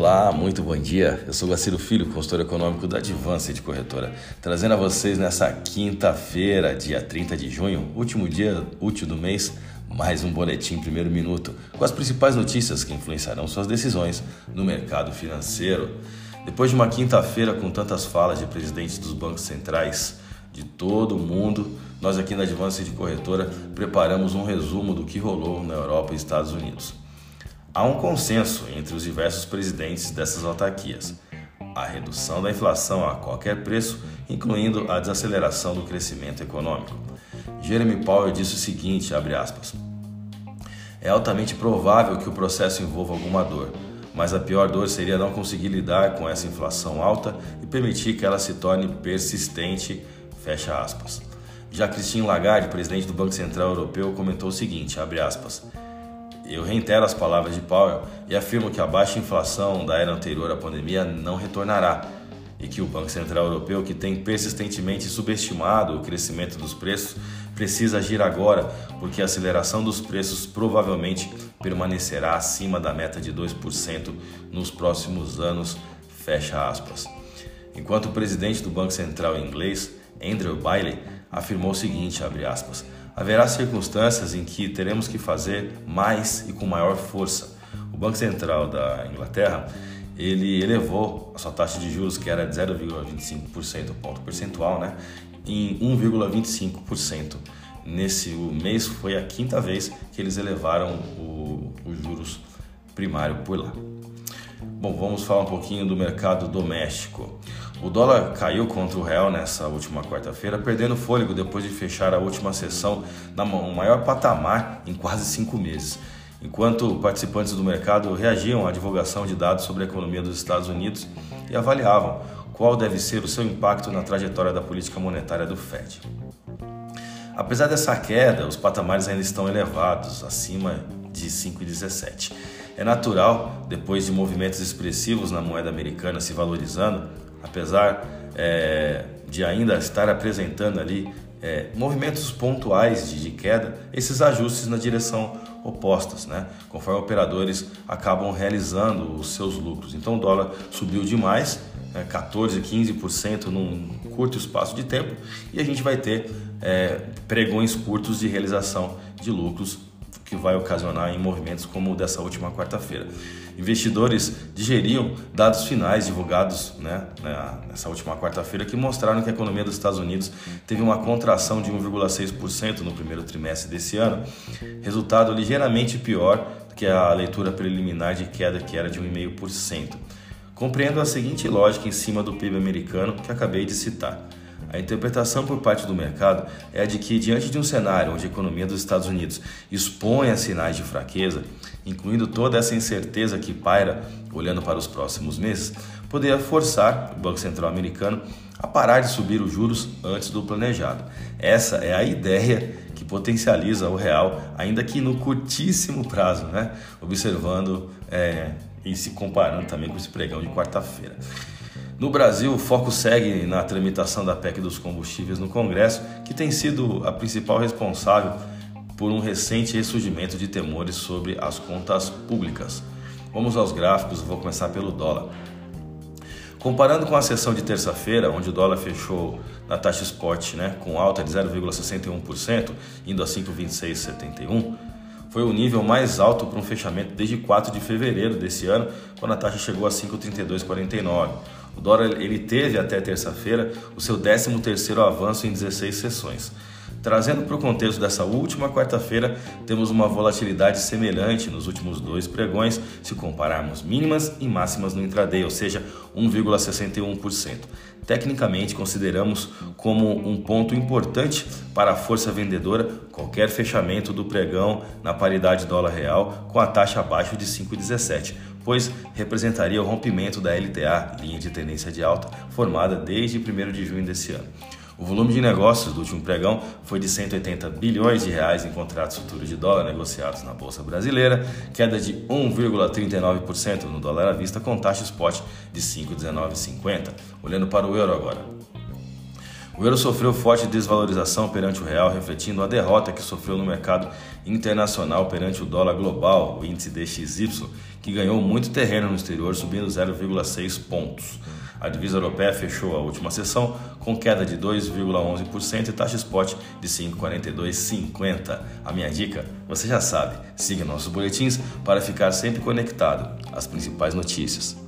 Olá, muito bom dia. Eu sou Guaciro Filho, consultor econômico da Advanced Corretora, trazendo a vocês nessa quinta-feira, dia 30 de junho, último dia útil do mês, mais um boletim primeiro minuto, com as principais notícias que influenciarão suas decisões no mercado financeiro. Depois de uma quinta-feira com tantas falas de presidentes dos bancos centrais de todo o mundo, nós aqui na Advanced Corretora preparamos um resumo do que rolou na Europa e Estados Unidos. Há um consenso entre os diversos presidentes dessas autarquias: a redução da inflação a qualquer preço, incluindo a desaceleração do crescimento econômico. Jeremy Powell disse o seguinte, abre aspas, é altamente provável que o processo envolva alguma dor, mas a pior dor seria não conseguir lidar com essa inflação alta e permitir que ela se torne persistente, fecha aspas. Já Christine Lagarde, presidente do Banco Central Europeu, comentou o seguinte, abre aspas, eu reitero as palavras de Powell e afirmo que a baixa inflação da era anterior à pandemia não retornará e que o Banco Central Europeu, que tem persistentemente subestimado o crescimento dos preços, precisa agir agora, porque a aceleração dos preços provavelmente permanecerá acima da meta de 2% nos próximos anos, fecha aspas. Enquanto o presidente do Banco Central inglês, Andrew Bailey, afirmou o seguinte, abre aspas, haverá circunstâncias em que teremos que fazer mais e com maior força. O Banco Central da Inglaterra, ele elevou a sua taxa de juros, que era de 0,25% ponto percentual, em 1,25%. Nesse mês foi a quinta vez que eles elevaram os juros primário por lá. Bom, vamos falar um pouquinho do mercado doméstico. O dólar caiu contra o real nessa última quarta-feira, perdendo fôlego depois de fechar a última sessão no maior patamar em quase 5 meses. Enquanto participantes do mercado reagiam à divulgação de dados sobre a economia dos Estados Unidos e avaliavam qual deve ser o seu impacto na trajetória da política monetária do Fed. Apesar dessa queda, os patamares ainda estão elevados, acima de 5,17. É natural, depois de movimentos expressivos na moeda americana se valorizando, apesar de ainda estar apresentando ali movimentos pontuais de queda, esses ajustes na direção opostas, conforme operadores acabam realizando os seus lucros. Então o dólar subiu demais, 14%, 15% num curto espaço de tempo, e a gente vai ter pregões curtos de realização de lucros, que vai ocasionar em movimentos como o dessa última quarta-feira. Investidores digeriam dados finais divulgados nessa última quarta-feira que mostraram que a economia dos Estados Unidos teve uma contração de 1,6% no primeiro trimestre desse ano, resultado ligeiramente pior do que a leitura preliminar de queda, que era de 1,5%. Compreendo a seguinte lógica em cima do PIB americano que acabei de citar. A interpretação por parte do mercado é a de que, diante de um cenário onde a economia dos Estados Unidos expõe a sinais de fraqueza, incluindo toda essa incerteza que paira olhando para os próximos meses, poderia forçar o Banco Central americano a parar de subir os juros antes do planejado. Essa é a ideia que potencializa o real, ainda que no curtíssimo prazo, observando e se comparando também com esse pregão de quarta-feira. No Brasil, o foco segue na tramitação da PEC dos combustíveis no Congresso, que tem sido a principal responsável por um recente ressurgimento de temores sobre as contas públicas. Vamos aos gráficos, vou começar pelo dólar. Comparando com a sessão de terça-feira, onde o dólar fechou na taxa spot com alta de 0,61%, indo a 5,2671, foi o nível mais alto para um fechamento desde 4 de fevereiro desse ano, quando a taxa chegou a 5,3249. O dólar ele teve até terça-feira o seu 13º avanço em 16 sessões. Trazendo para o contexto dessa última quarta-feira, temos uma volatilidade semelhante nos últimos 2 pregões, se compararmos mínimas e máximas no intraday, ou seja, 1,61%. Tecnicamente, consideramos como um ponto importante para a força vendedora qualquer fechamento do pregão na paridade dólar-real com a taxa abaixo de 5,17, pois representaria o rompimento da LTA, linha de tendência de alta, formada desde 1º de junho desse ano. O volume de negócios do último pregão foi de 180 bilhões de reais em contratos futuros de dólar negociados na Bolsa Brasileira, queda de 1,39% no dólar à vista, com taxa spot de 5,1950. Olhando para o euro agora. O euro sofreu forte desvalorização perante o real, refletindo a derrota que sofreu no mercado internacional perante o dólar global, o índice DXY, que ganhou muito terreno no exterior, subindo 0,6 pontos. A divisa europeia fechou a última sessão com queda de 2,11% e taxa spot de 5,4250. A minha dica, você já sabe, siga nossos boletins para ficar sempre conectado às principais notícias.